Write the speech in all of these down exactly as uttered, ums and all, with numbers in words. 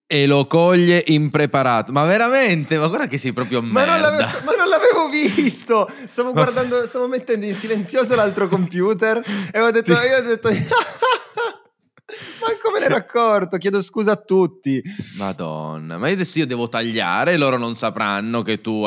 e lo coglie impreparato. Ma veramente? Ma guarda che sei proprio ma merda. Non l'avevo, ma non l'avevo visto. Stavo guardando, stavo mettendo in silenzioso l'altro computer e ho detto, io ho detto manco me ne ero accorto, chiedo scusa a tutti. Madonna, ma adesso io devo tagliare e loro non sapranno che tu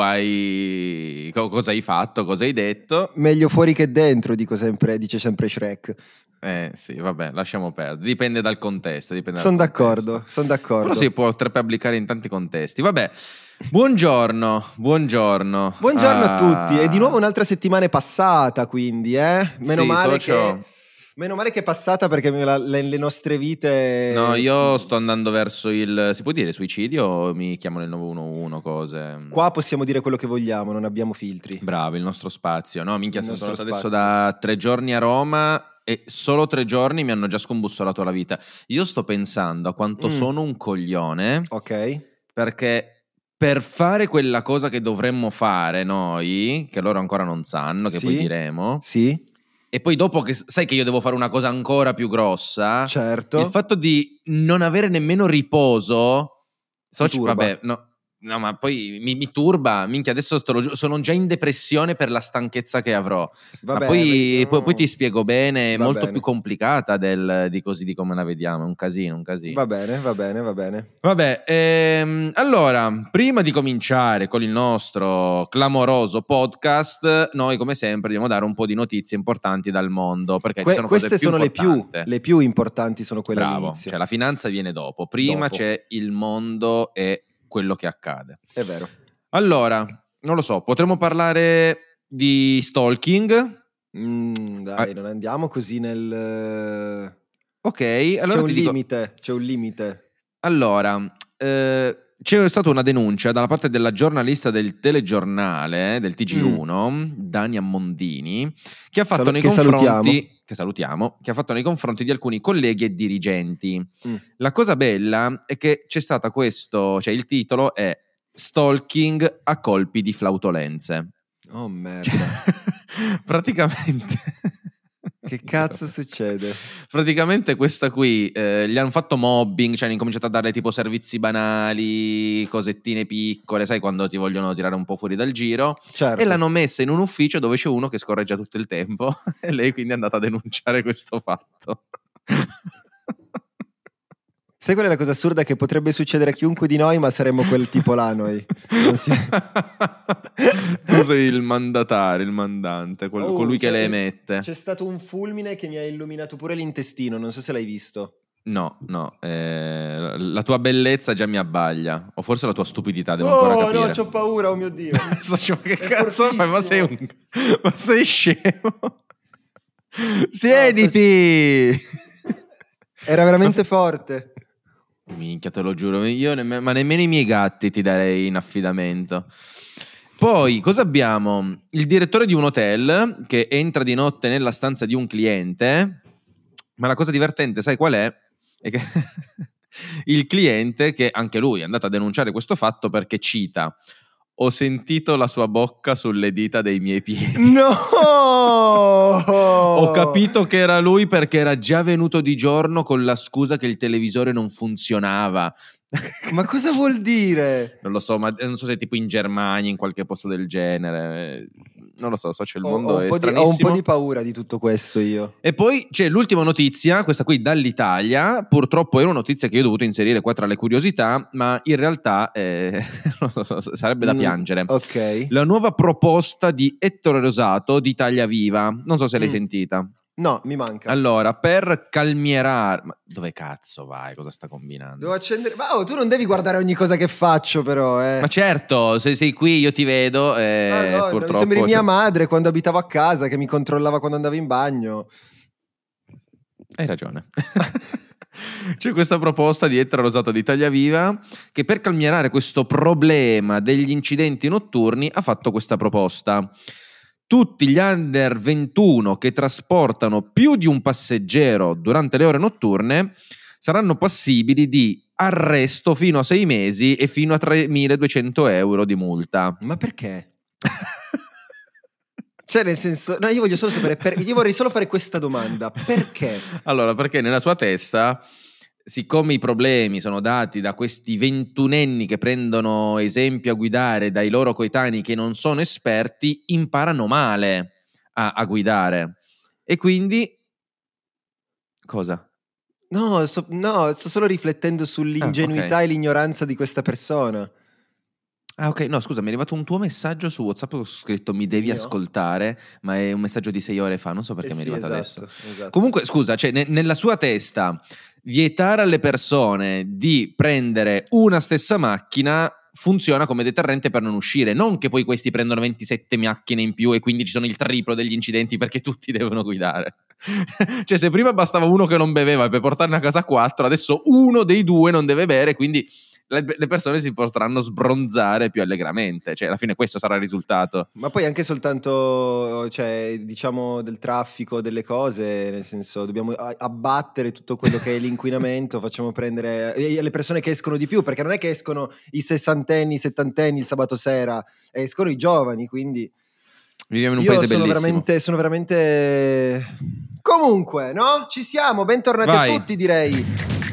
hai... cosa hai fatto, cosa hai detto. Meglio fuori che dentro, dico sempre, dice sempre Shrek. Eh sì, vabbè, lasciamo perdere. Dipende dal contesto. Sono d'accordo, sono d'accordo. Però si potrebbe applicare in tanti contesti. Vabbè, buongiorno, buongiorno. Buongiorno ah. a tutti. E di nuovo un'altra settimana è passata, quindi, eh? Meno sì, male socio... che... Meno male che è passata perché la, le, le nostre vite... No, io sto andando verso il... Si può dire suicidio o mi chiamano il nove uno uno, cose? Qua possiamo dire quello che vogliamo, non abbiamo filtri. Bravo, il nostro spazio. No, minchia, Il sono nostro tornato adesso spazio. da tre giorni a Roma e solo tre giorni mi hanno già scombussolato la vita. Io sto pensando a quanto Mm. sono un coglione. Ok. Perché per fare quella cosa che dovremmo fare noi, che loro ancora non sanno, che Sì. poi diremo... Sì. E poi dopo che sai che io devo fare una cosa ancora più grossa, Certo. il fatto di non avere nemmeno riposo, so, turba. vabbè, no, no, ma poi mi, mi turba, minchia, adesso sto, sono già in depressione per la stanchezza che avrò. Vabbè, ma poi, vedi, poi, poi ti spiego bene, è va molto bene. più complicata del, di così di come la vediamo, è un casino, un casino. Va bene, va bene, va bene. Vabbè, ehm, allora, prima di cominciare con il nostro clamoroso podcast, noi come sempre dobbiamo dare un po' di notizie importanti dal mondo, perché Que- ci sono queste cose più sono le più, importanti. le più importanti sono quelle Bravo, all'inizio. cioè la finanza viene dopo, prima Dopo. c'è il mondo e quello che accade. È vero. Allora, non lo so, potremmo parlare di stalking? Mm, dai, Ah. non andiamo così nel... Ok, allora c'è un ti dico... limite, c'è un limite. Allora, eh, c'è stata una denuncia dalla parte della giornalista del telegiornale, del T G uno, mm. Dani Ammondini, che ha fatto Sal- nei che confronti... salutiamo. Che salutiamo, che ha fatto nei confronti di alcuni colleghi e dirigenti. Mm. La cosa bella è che c'è stata questo, cioè il titolo è Stalking a colpi di flautolenze. Oh merda. Cioè, praticamente... Che cazzo succede? Praticamente questa qui eh, gli hanno fatto mobbing, cioè hanno incominciato a darle tipo servizi banali, cosettine piccole, sai quando ti vogliono tirare un po' fuori dal giro, Certo. e l'hanno messa in un ufficio dove c'è uno che scorreggia tutto il tempo e lei quindi è andata a denunciare questo fatto. Sai qual è la cosa assurda? Che potrebbe succedere a chiunque di noi, ma saremmo quel tipo là noi. Non si... Tu sei il mandatario, il mandante, quel, Oh, colui che c'è- le emette. C'è stato un fulmine che mi ha illuminato pure l'intestino, non so se l'hai visto. No, no, eh, la tua bellezza già mi abbaglia, o forse la tua stupidità, devo ancora Oh capire. no, c'ho paura, oh mio Dio. So, che È cazzo fai? Ma sei un... Ma sei scemo? Siediti! Era veramente forte. Minchia, te lo giuro, io nemm- ma nemmeno i miei gatti ti darei in affidamento. Poi, cosa abbiamo? Il direttore di un hotel che entra di notte nella stanza di un cliente, ma la cosa divertente, sai qual è? È che il cliente, che anche lui è andato a denunciare questo fatto perché cita: ho sentito la sua bocca sulle dita dei miei piedi. No! Ho capito che era lui perché era già venuto di giorno con la scusa che il televisore non funzionava. Ma cosa vuol dire? Non lo so, ma non so se tipo in Germania, in qualche posto del genere. Non lo so, so c'è il Ho, mondo ho un è po' di, ho un stranissimo. po' di paura di tutto questo io. E poi c'è l'ultima notizia, questa qui dall'Italia, purtroppo era una notizia che io ho dovuto inserire qua tra le curiosità, ma in realtà eh, non so, sarebbe da Mm, piangere. ok. La nuova proposta di Ettore Rosato di Italia Viva, non so se l'hai Mm. sentita. No, mi manca. Allora, per calmierare... Ma dove cazzo vai? Cosa sta combinando? Devo accendere... Ma oh, tu non devi guardare ogni cosa che faccio però, eh. Ma certo, se sei qui io ti vedo e Madonna, purtroppo... mi sembri mia cioè- madre quando abitavo a casa, che mi controllava quando andavo in bagno. Hai ragione. C'è questa proposta di Ettore Rosato di Italia Viva che per calmierare questo problema degli incidenti notturni ha fatto questa proposta. Tutti gli under ventuno che trasportano più di un passeggero durante le ore notturne saranno passibili di arresto fino a sei mesi e fino a tremiladuecento euro di multa. Ma perché? Cioè, nel senso... No, io voglio solo sapere... Per... Io vorrei solo fare questa domanda. Perché? Allora, perché nella sua testa siccome i problemi sono dati da questi ventunenni che prendono esempio a guidare dai loro coetanei che non sono esperti, imparano male a, a guidare. E quindi... Cosa? No, sto, no, sto solo riflettendo sull'ingenuità Ah, ok. e l'ignoranza di questa persona. Ah, ok, no, scusa, mi è arrivato un tuo messaggio su WhatsApp che ho scritto mi devi Mio? ascoltare, ma è un messaggio di sei ore fa, non so perché Eh mi è sì, arrivato esatto, adesso. esatto. Comunque, scusa, cioè, ne- nella sua testa, vietare alle persone di prendere una stessa macchina funziona come deterrente per non uscire, non che poi questi prendono ventisette macchine in più e quindi ci sono il triplo degli incidenti perché tutti devono guidare. Cioè, se prima bastava uno che non beveva per portarne a casa quattro, adesso uno dei due non deve bere, quindi le, le persone si potranno sbronzare più allegramente, cioè alla fine questo sarà il risultato. Ma poi anche soltanto, cioè, diciamo, del traffico, delle cose, nel senso, dobbiamo a- abbattere tutto quello che è l'inquinamento, facciamo prendere eh, le persone che escono di più, perché non è che escono i sessantenni, i settantenni il sabato sera, escono i giovani, quindi Viviamo in un io paese sono bellissimo. veramente, sono veramente... Comunque, no? Ci siamo, bentornati Vai. a tutti, direi.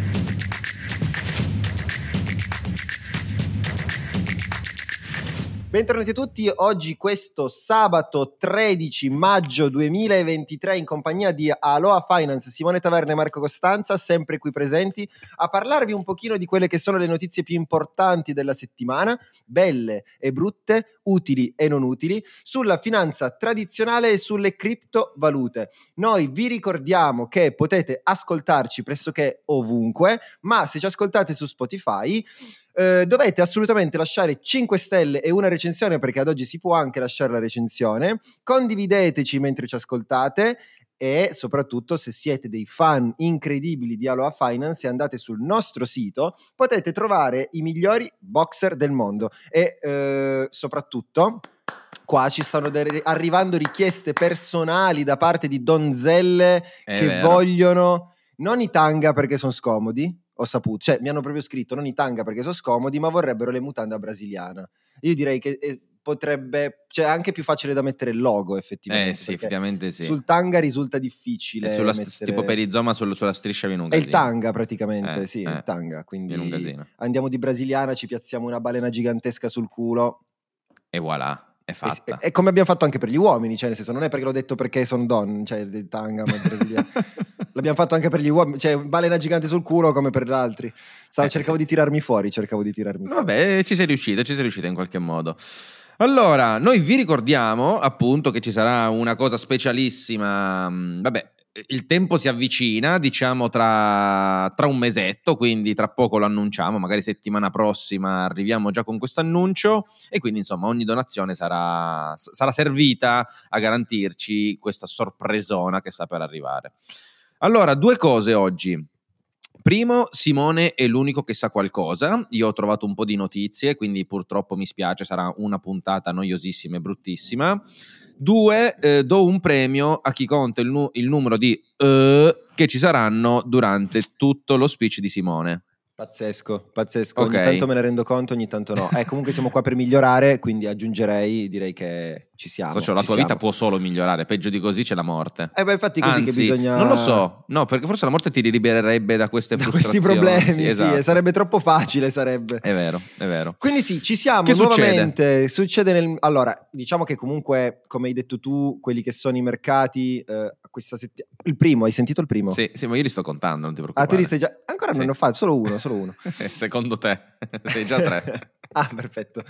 Bentornati a tutti, oggi questo sabato tredici maggio duemilaventitré in compagnia di Aloha Finance, Simone Taverna e Marco Costanza, sempre qui presenti, a parlarvi un pochino di quelle che sono le notizie più importanti della settimana, belle e brutte, utili e non utili, sulla finanza tradizionale e sulle criptovalute. Noi vi ricordiamo che potete ascoltarci pressoché ovunque, ma se ci ascoltate su Spotify... Uh, dovete assolutamente lasciare cinque stelle e una recensione, perché ad oggi si può anche lasciare la recensione. Condivideteci mentre ci ascoltate e soprattutto, se siete dei fan incredibili di Aloha Finance e andate sul nostro sito, potete trovare i migliori boxer del mondo e uh, soprattutto qua ci stanno de- arrivando richieste personali da parte di donzelle È che vero. vogliono non i tanga perché sono scomodi, ho saputo, cioè mi hanno proprio scritto non i tanga perché sono scomodi, ma vorrebbero le mutande a brasiliana. Io direi che eh, potrebbe, cioè è anche più facile da mettere il logo effettivamente. Eh sì, effettivamente sì. Sul tanga risulta difficile E sulla, mettere... tipo perizoma sul, sulla striscia viene un È casino. il tanga praticamente, eh, sì, eh, il tanga, quindi viene un casino. andiamo di brasiliana, ci piazziamo una balena gigantesca sul culo. E voilà, è E, fatta. e come abbiamo fatto anche per gli uomini, cioè nel senso non è perché l'ho detto perché sono donne, cioè il tanga ma brasiliano. L'abbiamo fatto anche per gli uomini, cioè balena gigante sul culo come per gli altri. Stavo, Eh, cercavo sì. di tirarmi fuori, cercavo di tirarmi fuori. Vabbè, ci sei riuscito, ci sei riuscito in qualche modo. Allora, noi vi ricordiamo appunto che ci sarà una cosa specialissima, vabbè, il tempo si avvicina, diciamo tra, tra un mesetto, quindi tra poco lo annunciamo, magari settimana prossima arriviamo già con questo annuncio e quindi insomma ogni donazione sarà, sarà servita a garantirci questa sorpresona che sta per arrivare. Allora, due cose oggi. Primo, Simone è l'unico che sa qualcosa, io ho trovato un po' di notizie, quindi purtroppo mi spiace, sarà una puntata noiosissima e bruttissima. Due, eh, do un premio a chi conta il, nu- il numero di uh, che ci saranno durante tutto lo speech di Simone. Pazzesco, pazzesco, Ok. ogni tanto me ne rendo conto, ogni tanto no. Eh, comunque siamo qua per migliorare, quindi aggiungerei, direi che ci siamo. Socio, la ci tua siamo. vita può solo migliorare, peggio di così c'è la morte. Eh beh, infatti così Anzi, che bisogna... non lo so, no, perché forse la morte ti libererebbe da queste da frustrazioni. questi problemi, sì, sì, esatto. sarebbe troppo facile, sarebbe. È vero, è vero. Quindi sì, ci siamo Che nuovamente. Succede? succede nel... Allora, diciamo che comunque, come hai detto tu, quelli che sono i mercati, eh, questa settimana... Il primo, hai sentito il primo? Sì, sì, ma io li sto contando, non ti Ah, preoccupare. tu li stai già... Ancora Sì. non ne ho fatto, solo uno, solo uno. Secondo te? Sei già tre. Ah, perfetto.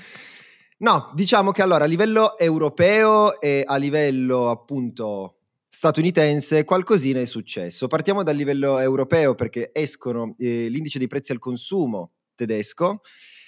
No, diciamo che allora a livello europeo e a livello appunto statunitense qualcosina è successo. Partiamo dal livello europeo perché escono eh, l'indice dei prezzi al consumo tedesco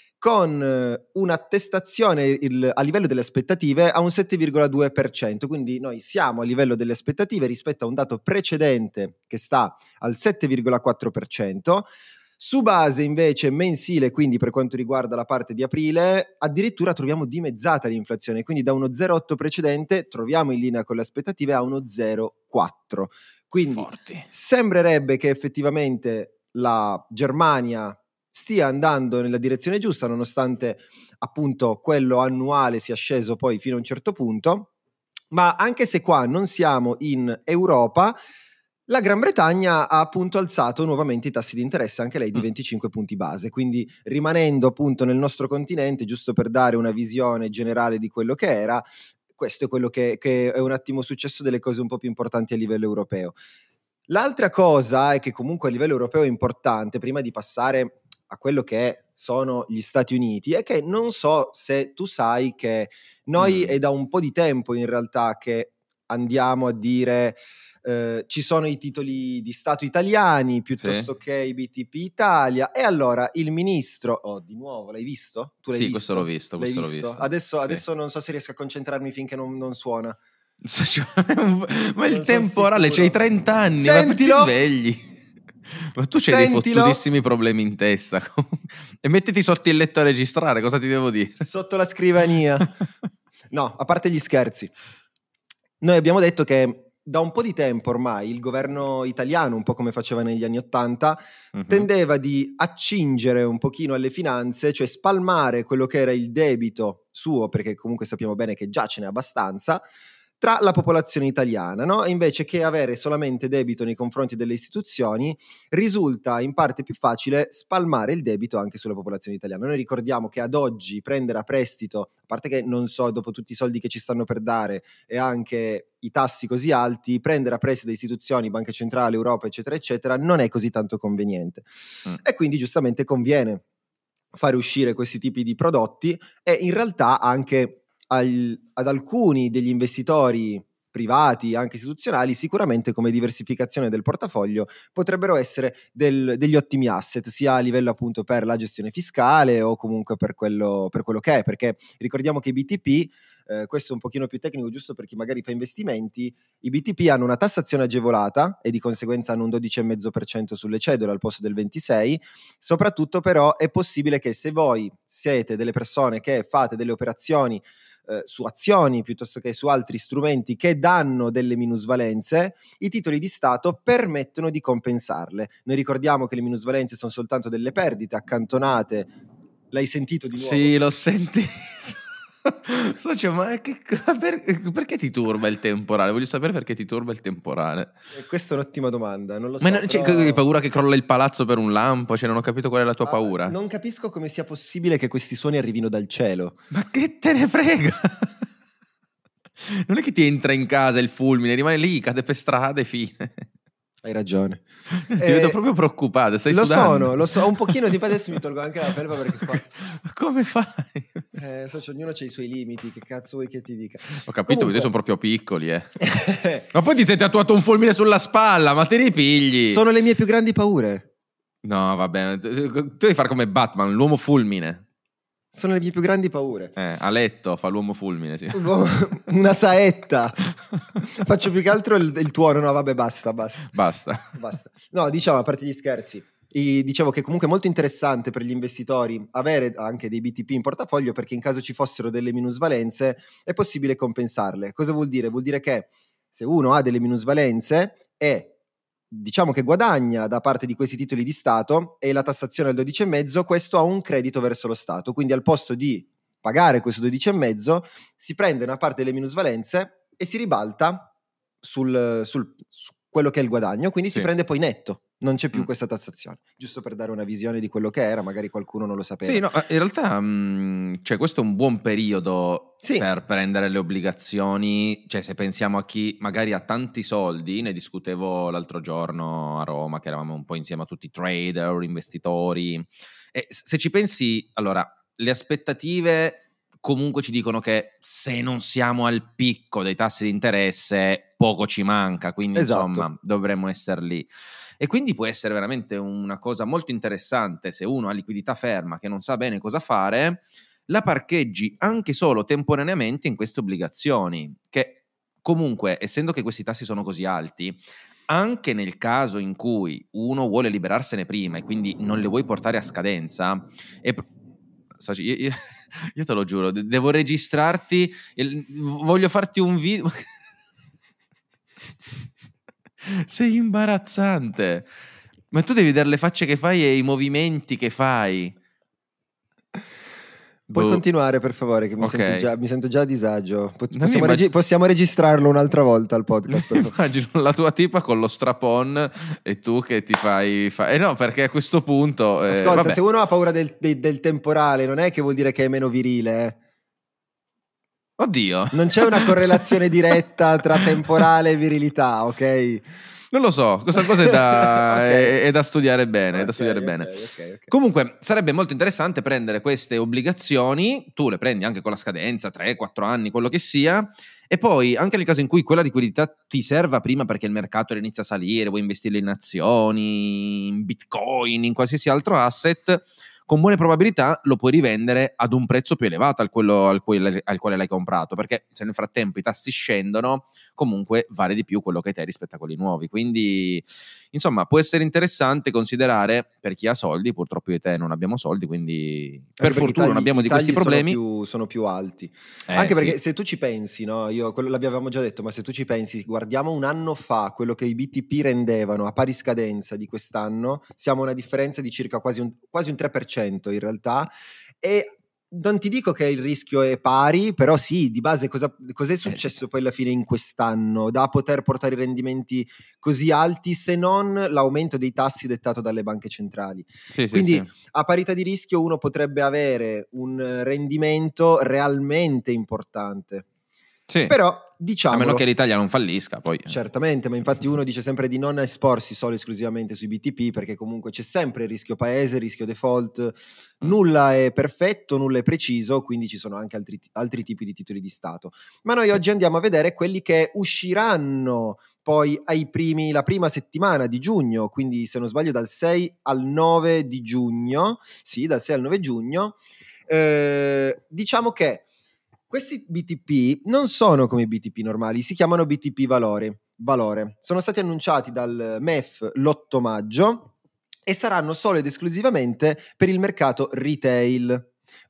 con eh, un'attestazione il, a livello delle aspettative a un sette virgola due per cento, quindi noi siamo a livello delle aspettative rispetto a un dato precedente che sta al sette virgola quattro per cento. Su base invece mensile, quindi per quanto riguarda la parte di aprile, addirittura troviamo dimezzata l'inflazione, quindi da uno zero virgola otto precedente troviamo in linea con le aspettative a uno zero virgola quattro. Quindi Forti. Sembrerebbe che effettivamente la Germania stia andando nella direzione giusta, nonostante appunto quello annuale sia sceso poi fino a un certo punto, ma anche se qua non siamo in Europa, La Gran Bretagna ha appunto alzato nuovamente i tassi di interesse, anche lei di venticinque punti base, quindi rimanendo appunto nel nostro continente, giusto per dare una visione generale di quello che era, questo è quello che, che è un attimo successo, delle cose un po' più importanti a livello europeo. L'altra cosa è che comunque a livello europeo è importante, prima di passare a quello che sono gli Stati Uniti, è che non so se tu sai che noi Mm. è da un po' di tempo in realtà che andiamo a dire eh, ci sono i titoli di Stato italiani piuttosto Sì. che i B T P Italia, e allora il ministro, oh di nuovo l'hai visto? Tu l'hai Sì, visto? questo l'ho visto, L'hai questo l'ho visto? visto. Adesso, Sì. adesso non so se riesco a concentrarmi finché non, non suona. Ma il Non son temporale, sicuro. c'hai trenta anni, ma perché Sentilo! svegli? Ma tu c'hai dei Sentilo! fottutissimi problemi in testa. E mettiti sotto il letto a registrare, cosa ti devo dire? Sotto la scrivania. No, a parte gli scherzi. Noi abbiamo detto che da un po' di tempo ormai il governo italiano, un po' come faceva negli anni Ottanta, Mhm. tendeva di accingere un pochino alle finanze, cioè spalmare quello che era il debito suo, perché comunque sappiamo bene che già ce n'è abbastanza, tra la popolazione italiana, no? E invece che avere solamente debito nei confronti delle istituzioni, risulta in parte più facile spalmare il debito anche sulla popolazione italiana. Noi ricordiamo che ad oggi prendere a prestito, a parte che non so, dopo tutti i soldi che ci stanno per dare e anche i tassi così alti, prendere a prestito da istituzioni, Banca Centrale, Europa, eccetera, eccetera, non è così tanto conveniente. Mm. E quindi giustamente conviene fare uscire questi tipi di prodotti, e in realtà anche al, ad alcuni degli investitori privati, anche istituzionali, sicuramente come diversificazione del portafoglio potrebbero essere del, degli ottimi asset, sia a livello appunto per la gestione fiscale o comunque per quello, per quello che è, perché ricordiamo che i B T P, eh, questo è un pochino più tecnico giusto per chi magari fa investimenti, i B T P hanno una tassazione agevolata e di conseguenza hanno un dodici virgola cinque per cento sulle cedole al posto del ventisei per cento. Soprattutto però è possibile che se voi siete delle persone che fate delle operazioni eh, su azioni piuttosto che su altri strumenti che danno delle minusvalenze, i titoli di Stato permettono di compensarle. Noi ricordiamo che le minusvalenze sono soltanto delle perdite accantonate. L'hai sentito di nuovo? Sì, l'ho sentito. Socio, ma che, per, perché ti turba il temporale? Voglio sapere perché ti turba il temporale. Eh, questa è un'ottima domanda, non lo so. Ma non, però... cioè, hai paura che crolla il palazzo per un lampo? Cioè, non ho capito qual è la tua Ah, paura. non capisco come sia possibile che questi suoni arrivino dal cielo. Ma che te ne frega? Non è che ti entra in casa il fulmine, rimane lì, cade per strada e fine. Hai ragione. Ti Eh, vedo proprio preoccupato, stai lo sudando. sono, lo so, un pochino di adesso mi tolgo anche la felpa perché qua... Ma come fai? Eh, so, ognuno ha i suoi limiti, che cazzo vuoi che ti dica? Ho capito, Comunque... perché sono proprio piccoli, eh. Ma poi ti sei tatuato un fulmine sulla spalla, ma te ne pigli? Sono le mie più grandi paure. No, vabbè, tu devi fare come Batman, l'uomo fulmine. Sono le mie più grandi paure. Eh, a letto fa l'uomo fulmine, sì. Una saetta. Faccio più che altro il, il tuono. No, vabbè, basta, basta. Basta. Basta. No, diciamo, a parte gli scherzi, i, dicevo che comunque è molto interessante per gli investitori avere anche dei B T P in portafoglio, perché in caso ci fossero delle minusvalenze è possibile compensarle. Cosa vuol dire? Vuol dire che se uno ha delle minusvalenze e diciamo che guadagna da parte di questi titoli di Stato e la tassazione al dodici virgola cinque, questo ha un credito verso lo Stato, quindi al posto di pagare questo dodici virgola cinque si prende una parte delle minusvalenze e si ribalta sul, sul, su quello che è il guadagno, quindi Sì. si prende poi netto, non c'è più Mm. questa tassazione, giusto per dare una visione di quello che era, magari qualcuno non lo sapeva. Sì, no, in realtà mh, cioè, questo è un buon periodo Sì. per prendere le obbligazioni, cioè se pensiamo a chi magari ha tanti soldi, ne discutevo l'altro giorno a Roma, che eravamo un po' insieme a tutti i trader, investitori, e se ci pensi, allora, le aspettative comunque ci dicono che se non siamo al picco dei tassi di interesse, poco ci manca, quindi Esatto. insomma dovremmo essere lì. E quindi può essere veramente una cosa molto interessante se uno ha liquidità ferma che non sa bene cosa fare, la parcheggi anche solo temporaneamente in queste obbligazioni, che comunque, essendo che questi tassi sono così alti, anche nel caso in cui uno vuole liberarsene prima e quindi non le vuoi portare a scadenza, è... Io, io, io te lo giuro, devo registrarti, voglio farti un video... Sei imbarazzante, ma tu devi vedere le facce che fai e i movimenti che fai. Puoi boh. continuare per favore, che mi, Ok. sento, già, mi sento già a disagio. Pot- Non mi possiamo, immag- regi- possiamo registrarlo un'altra volta al podcast, per favore. Immagino la tua tipa con lo strapon e tu che ti fai... fa- Eh no, perché a questo punto... eh, Ascolta, vabbè. se uno ha paura del, del- del temporale, non è che vuol dire che è meno virile, eh. Oddio. Non c'è una correlazione diretta tra temporale e virilità, ok? Non lo so, questa cosa è da, Ok. è, è da studiare bene, è da Ok, studiare ok, bene. ok, ok. Comunque sarebbe molto interessante prendere queste obbligazioni, tu le prendi anche con la scadenza, tre quattro anni, quello che sia, e poi anche nel caso in cui quella liquidità ti serva prima perché il mercato inizia a salire, vuoi investirle in azioni, in bitcoin, in qualsiasi altro asset, con buone probabilità lo puoi rivendere ad un prezzo più elevato al, quello, al, quale, al quale l'hai comprato, perché se nel frattempo i tassi scendono, comunque vale di più quello che te rispetto a quelli nuovi. Quindi, insomma, può essere interessante considerare per chi ha soldi, purtroppo io e te non abbiamo soldi, quindi per Anche perché fortuna i non tagli- abbiamo i di questi tagli problemi. Sono più, sono più alti. Eh, Anche perché sì. se tu ci pensi, no? Io quello l'abbiamo già detto, ma se tu ci pensi, guardiamo un anno fa quello che i B T P rendevano a pari scadenza di quest'anno, siamo a una differenza di circa quasi un, quasi un tre per cento in realtà. E non ti dico che il rischio è pari, però sì, di base cosa, cos'è successo Eh, sì. poi alla fine in quest'anno da poter portare i rendimenti così alti, se non l'aumento dei tassi dettato dalle banche centrali. Sì, sì, Quindi sì. a parità di rischio uno potrebbe avere un rendimento realmente importante. Sì. Però A diciamolo, meno che l'Italia non fallisca, poi. certamente, ma infatti uno dice sempre di non esporsi solo esclusivamente sui B T P, perché comunque c'è sempre il rischio paese, il rischio default, Mm. nulla è perfetto, nulla è preciso, quindi ci sono anche altri, altri tipi di titoli di Stato. Ma noi Sì. oggi andiamo a vedere quelli che usciranno poi ai primi, la prima settimana di giugno, quindi se non sbaglio dal sei al nove di giugno, sì, dal sei al nove giugno. Eh, diciamo che questi B T P non sono come i B T P normali, si chiamano B T P valore. valore. Sono stati annunciati dal M E F l'otto maggio e saranno solo ed esclusivamente per il mercato retail.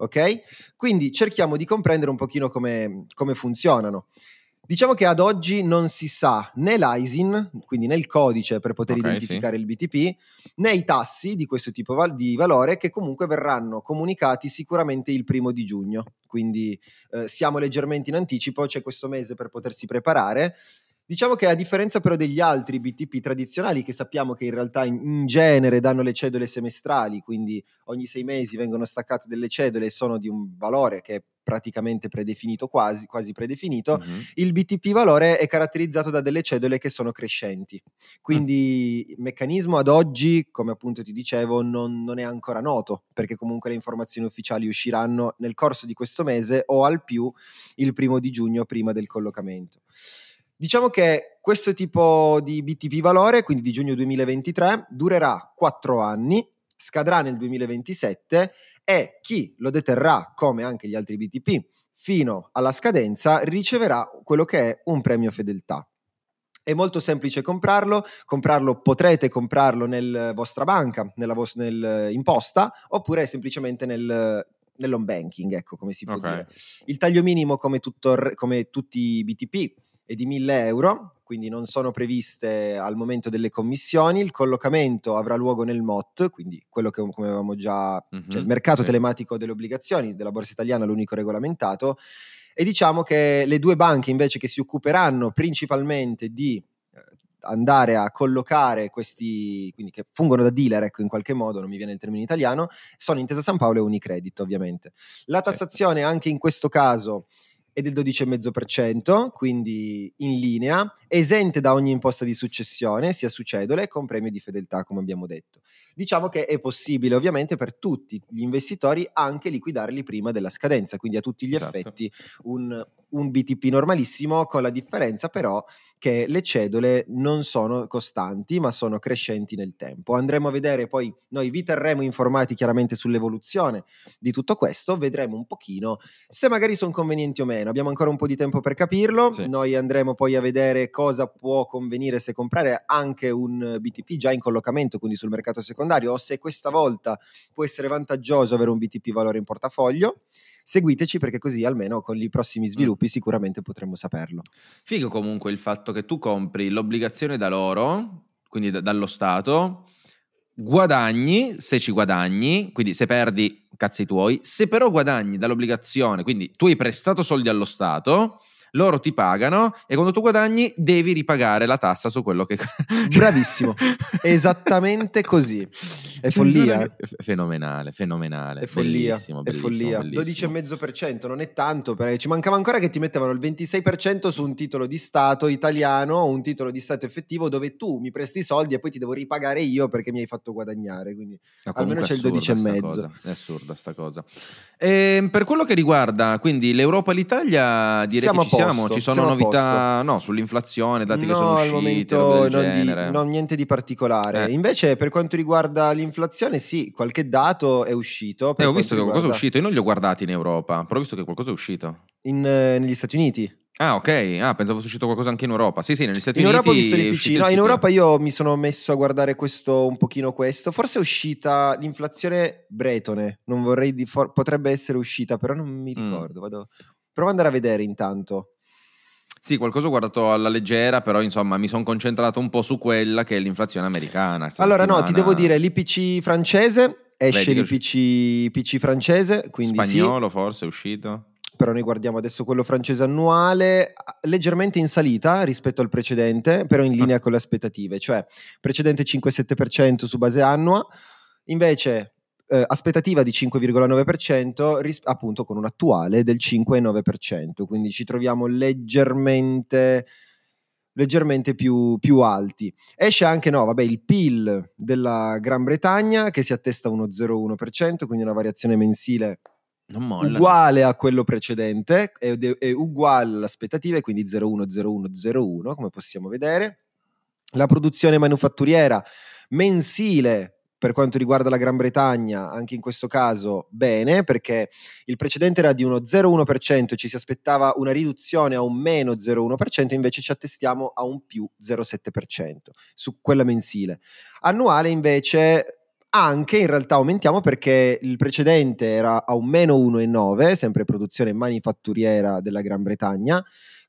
Ok? Quindi cerchiamo di comprendere un pochino come, come funzionano. Diciamo che ad oggi non si sa né l'I S I N, quindi né il codice per poter Ok, identificare il B T P, né i tassi di questo tipo val- di valore, che comunque verranno comunicati sicuramente il primo di giugno. Quindi eh, siamo leggermente in anticipo, c'è questo mese per potersi preparare. Diciamo che a differenza però degli altri B T P tradizionali, che sappiamo che in realtà in, in genere danno le cedole semestrali, quindi ogni sei mesi vengono staccate delle cedole e sono di un valore che è praticamente predefinito, quasi, quasi predefinito, Mhm. il B T P valore è caratterizzato da delle cedole che sono crescenti. Quindi il meccanismo ad oggi, come appunto ti dicevo, non, non è ancora noto, perché comunque le informazioni ufficiali usciranno nel corso di questo mese o al più il primo di giugno prima del collocamento. Diciamo che questo tipo di B T P valore, quindi di giugno duemilaventitré, durerà quattro anni, scadrà nel duemilaventisette e chi lo deterrà, come anche gli altri B T P, fino alla scadenza riceverà quello che è un premio fedeltà. È molto semplice comprarlo, comprarlo potrete comprarlo nella vostra banca, nella vos- nel imposta, oppure semplicemente nel, nell'home banking, ecco come si può Ok. dire. Il taglio minimo, come, tutto, il re- come tutti i B T P, è di mille euro, quindi non sono previste al momento delle commissioni. Il collocamento avrà luogo nel M O T, quindi quello che come avevamo già, Mhm, cioè il mercato sì. telematico delle obbligazioni della Borsa Italiana, l'unico regolamentato. E diciamo che le due banche invece che si occuperanno principalmente di eh, andare a collocare questi, quindi che fungono da dealer, ecco, in qualche modo, non mi viene il termine italiano, sono Intesa Sanpaolo e Unicredit, ovviamente. La tassazione anche in questo caso è del dodici virgola cinque per cento, quindi in linea, esente da ogni imposta di successione, sia su cedole, con premio di fedeltà, come abbiamo detto. Diciamo che è possibile ovviamente per tutti gli investitori anche liquidarli prima della scadenza, quindi a tutti gli Esatto. effetti un, un B T P normalissimo, con la differenza però che le cedole non sono costanti ma sono crescenti nel tempo. Andremo a vedere poi, noi vi terremo informati chiaramente sull'evoluzione di tutto questo, vedremo un pochino se magari sono convenienti o meno. Abbiamo ancora un po' di tempo per capirlo. Sì. Noi andremo poi a vedere cosa può convenire, se comprare anche un B T P già in collocamento, quindi sul mercato secondario, o se questa volta può essere vantaggioso avere un B T P valore in portafoglio. Seguiteci, perché così almeno con i prossimi sviluppi sicuramente potremo saperlo. Figo comunque il fatto che tu compri l'obbligazione da loro, quindi da- dallo Stato, guadagni se ci guadagni, quindi se perdi cazzi tuoi, se però guadagni dall'obbligazione, quindi tu hai prestato soldi allo Stato, loro ti pagano e quando tu guadagni devi ripagare la tassa su quello che... Bravissimo, esattamente così. È follia. Fenomenale, fenomenale, è follia, bellissimo, è bellissimo, follia. bellissimo. dodici virgola cinque per cento non è tanto, perché ci mancava ancora che ti mettevano il ventisei per cento su un titolo di Stato italiano o un titolo di Stato effettivo dove tu mi presti i soldi e poi ti devo ripagare io perché mi hai fatto guadagnare, quindi No, almeno c'è il dodici virgola cinque. È assurda sta cosa. E per quello che riguarda quindi l'Europa e l'Italia, direi siamo che ci siamo, ci sono siamo novità no, sull'inflazione, dati no, che sono al usciti, momento roba del non, genere. di, non niente di particolare. Eh. Invece per quanto riguarda l'inflazione, sì, qualche dato è uscito. Per Eh, ho visto che riguarda... qualcosa è uscito, io non li ho guardati in Europa, però ho visto che qualcosa è uscito. In, eh, negli Stati Uniti. Ah, ok. Ah, pensavo fosse uscito qualcosa anche in Europa. Sì, sì, negli Stati in Uniti. In Europa ho visto l'I P C. No, in C P I. Europa io mi sono messo a guardare questo un pochino questo. Forse è uscita l'inflazione bretone. Non vorrei di for- potrebbe essere uscita, però non mi ricordo. Mm. Vado... Provo ad andare a vedere intanto. Sì, qualcosa ho guardato alla leggera, però insomma mi sono concentrato un po' su quella che è l'inflazione americana. Allora settimana... no, ti devo dire l'I P C francese, esce l'I P C, I P C francese, quindi spagnolo sì. forse è uscito. Però noi guardiamo adesso quello francese annuale, leggermente in salita rispetto al precedente, però in linea con le aspettative, cioè precedente cinque virgola sette per cento su base annua, invece eh, aspettativa di cinque virgola nove per cento ris- appunto con un attuale del cinque virgola nove per cento, quindi ci troviamo leggermente leggermente più, più alti. Esce anche no, vabbè, il P I L della Gran Bretagna che si attesta a uno zero virgola uno per cento, quindi una variazione mensile non molla, uguale a quello precedente, è, è uguale alle aspettative, quindi zero virgola uno zero virgola uno zero virgola uno come possiamo vedere. La produzione manufatturiera mensile per quanto riguarda la Gran Bretagna, anche in questo caso bene, perché il precedente era di uno zero virgola uno per cento, ci si aspettava una riduzione a un meno zero virgola uno per cento, invece ci attestiamo a un più zero virgola sette per cento su quella mensile. Annuale invece anche in realtà aumentiamo, perché il precedente era a un meno uno virgola nove, sempre produzione manifatturiera della Gran Bretagna,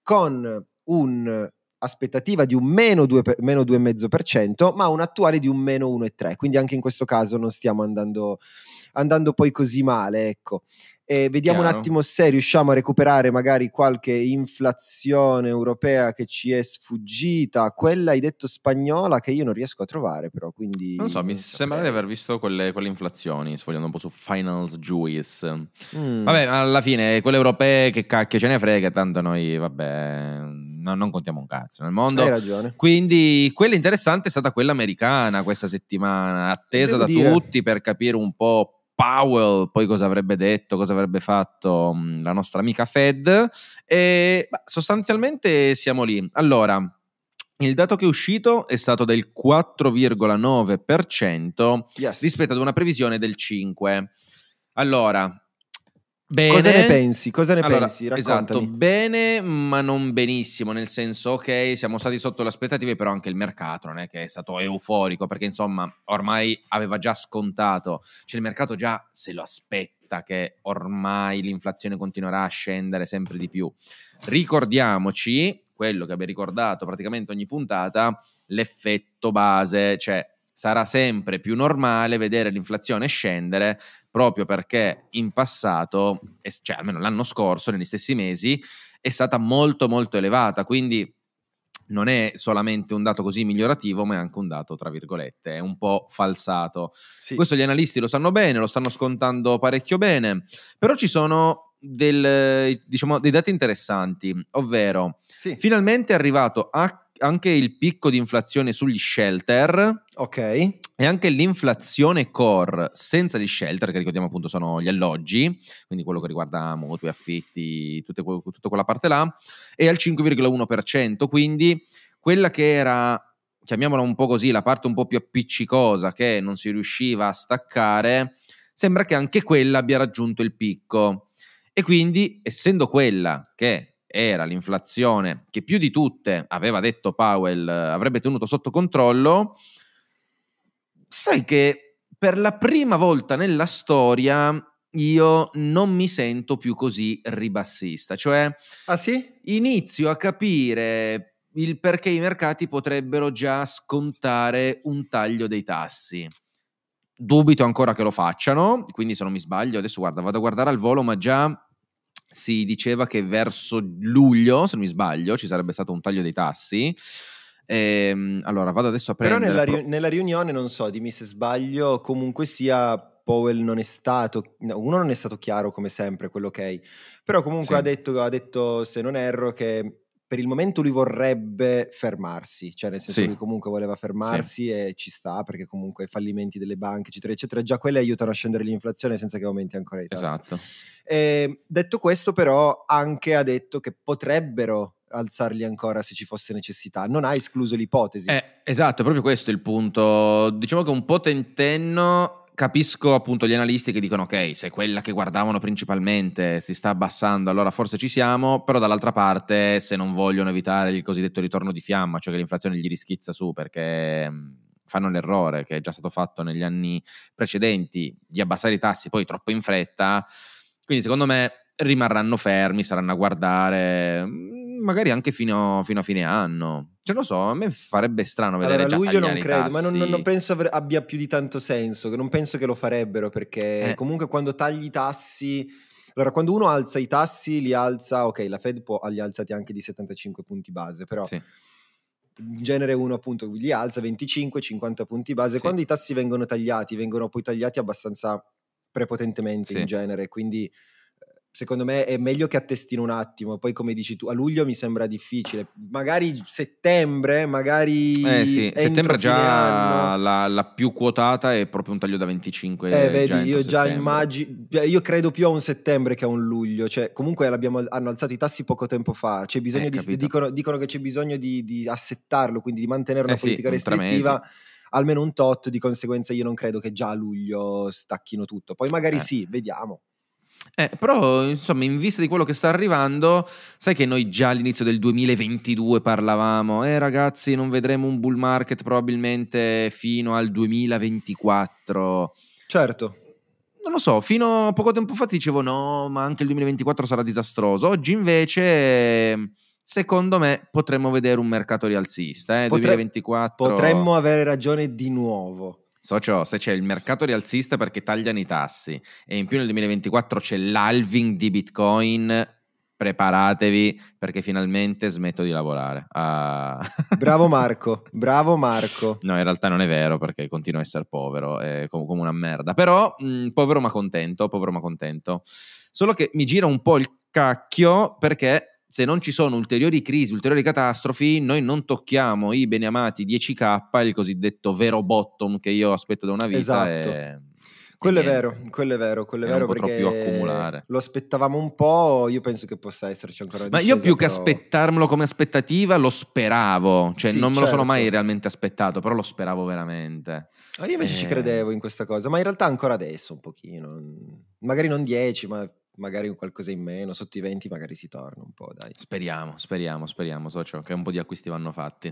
con un aspettativa di un meno due virgola cinque per cento, ma un attuale di un meno uno virgola tre, quindi anche in questo caso non stiamo andando, andando poi così male, ecco. E vediamo Chiaro. un attimo se riusciamo a recuperare magari qualche inflazione europea che ci è sfuggita, quella hai detto spagnola che io non riesco a trovare, però quindi non so, non mi saprei. sembra di aver visto quelle, quelle inflazioni sfogliando un po' su Finance Juice. Mm. Vabbè, alla fine quelle europee che cacchio ce ne frega, tanto noi vabbè no, non contiamo un cazzo nel mondo. Hai ragione. Quindi quella interessante è stata quella americana questa settimana, attesa da dire. tutti per capire un po' Powell poi cosa avrebbe detto, cosa avrebbe fatto mh, la nostra amica Fed, e beh, sostanzialmente siamo lì. Allora, il dato che è uscito è stato del quattro virgola nove per cento yes. rispetto ad una previsione del cinque per cento. Allora, bene. Cosa ne pensi? Cosa ne allora, pensi? Raccontami. Esatto, bene, ma non benissimo, nel senso, ok, siamo stati sotto le aspettative, però anche il mercato non è che è stato euforico, perché insomma ormai aveva già scontato, cioè il mercato già se lo aspetta che ormai l'inflazione continuerà a scendere sempre di più. Ricordiamoci quello che abbiamo ricordato praticamente ogni puntata, l'effetto base, cioè sarà sempre più normale vedere l'inflazione scendere, proprio perché in passato, cioè almeno l'anno scorso, negli stessi mesi, è stata molto molto elevata, quindi non è solamente un dato così migliorativo, ma è anche un dato, tra virgolette, è un po' falsato. Sì. Questo gli analisti lo sanno bene, lo stanno scontando parecchio bene, però ci sono del, diciamo, dei dati interessanti, ovvero sì. Finalmente è arrivato a anche il picco di inflazione sugli shelter, ok, e anche l'inflazione core senza gli shelter, che ricordiamo appunto sono gli alloggi, quindi quello che riguarda mutui, affitti, tutte, tutta quella parte là, è al cinque virgola uno per cento, quindi quella che era, chiamiamola un po' così, la parte un po' più appiccicosa che non si riusciva a staccare, sembra che anche quella abbia raggiunto il picco, e quindi essendo quella che era l'inflazione che più di tutte aveva detto Powell avrebbe tenuto sotto controllo, sai che per la prima volta nella storia io non mi sento più così ribassista, cioè ah sì? Inizio a capire il perché i mercati potrebbero già scontare un taglio dei tassi. dubito ancora che lo facciano, quindi se non mi sbaglio, adesso guarda, vado a guardare al volo, ma già si diceva che verso luglio, se non mi sbaglio, ci sarebbe stato un taglio dei tassi. Ehm, allora vado adesso a Però prendere... nella, pro- riu- nella riunione, non so, dimmi se sbaglio, comunque sia Powell non è stato, no, uno non è stato chiaro come sempre, quello ok, però comunque Sì. ha detto, ha detto, se non erro, che per il momento lui vorrebbe fermarsi, cioè nel senso Sì. lui comunque voleva fermarsi e ci sta, perché comunque fallimenti delle banche, eccetera, eccetera, già quelle aiutano a scendere l'inflazione senza che aumenti ancora i tassi. Esatto. E, detto questo, però, anche ha detto che potrebbero alzarli ancora se ci fosse necessità. Non ha escluso l'ipotesi. Eh, esatto, è proprio questo il punto. Diciamo che un po' tentenno. Capisco appunto gli analisti che dicono ok, se quella che guardavano principalmente si sta abbassando, allora forse ci siamo, però dall'altra parte se non vogliono evitare il cosiddetto ritorno di fiamma, cioè che l'inflazione gli rischizza su, perché mh, fanno l'errore che è già stato fatto negli anni precedenti di abbassare i tassi poi troppo in fretta, quindi secondo me rimarranno fermi, saranno a guardare mh, magari anche fino, fino a fine anno. Cioè lo so, a me farebbe strano vedere Allora, già luglio non tagliare i credo, ma non, non- non tassi. penso avre- abbia più di tanto senso, che non penso che lo farebbero, perché Eh, comunque quando tagli i tassi, allora quando uno alza i tassi li alza, ok, la Fed può, li ha alzati anche di settantacinque punti base, però sì, in genere uno appunto li alza venticinque cinquanta punti base, sì, quando i tassi vengono tagliati, vengono poi tagliati abbastanza prepotentemente in sì. genere, quindi eh, secondo me è meglio che attestino un attimo, poi come dici tu, a luglio mi sembra difficile, magari settembre, Eh magari sì, entro settembre fine già anno. la, la più quotata è proprio un taglio da Eh, venticinque già vedi, entro io già settembre. immagino, io credo più a un settembre che a un luglio, cioè comunque l'abbiamo, hanno alzato i tassi poco tempo fa, c'è bisogno Eh, di, capito. dicono, dicono che c'è bisogno di, di assettarlo, quindi di mantenere una Eh sì, politica un tre mesi. restrittiva, almeno un tot, di conseguenza io non credo che già a luglio stacchino tutto, poi magari Eh. sì, vediamo. Eh, però, insomma, in vista di quello che sta arrivando, sai che noi già all'inizio del duemilaventidue parlavamo, eh ragazzi, non vedremo un bull market probabilmente fino al duemilaventiquattro. Certo. Non lo so, fino a poco tempo fa ti dicevo no, ma anche il duemilaventiquattro sarà disastroso. Oggi invece, secondo me, potremmo vedere un mercato rialzista. Eh? Potre- duemilaventiquattro, potremmo avere ragione di nuovo. socio, se c'è il mercato rialzista perché tagliano i tassi e in più nel duemilaventiquattro c'è l'halving di Bitcoin, preparatevi perché finalmente smetto di lavorare. Ah. Bravo Marco, bravo Marco. No, in realtà non è vero perché continuo a essere povero, è com- come una merda. Però mh, povero ma contento, povero ma contento. Solo che mi gira un po' il cacchio perché se non ci sono ulteriori crisi, ulteriori catastrofi, noi non tocchiamo i beneamati dieci K, il cosiddetto vero bottom che io aspetto da una vita. Esatto. E, Quello e è vero, niente. quello è vero, quello è E non vero potrò più perché accumulare. lo aspettavamo un po', io penso che possa esserci ancora una Ma io discesa, più che però aspettarmelo come aspettativa lo speravo, cioè sì, non me lo sono mai certo. realmente aspettato, però lo speravo veramente. Ah, io invece ci Eh, credevo in questa cosa, ma in realtà ancora adesso un pochino, magari non dieci, ma magari qualcosa in meno, sotto i venti magari si torna un po', dai. Speriamo, speriamo, speriamo, socio, che un po' di acquisti vanno fatti.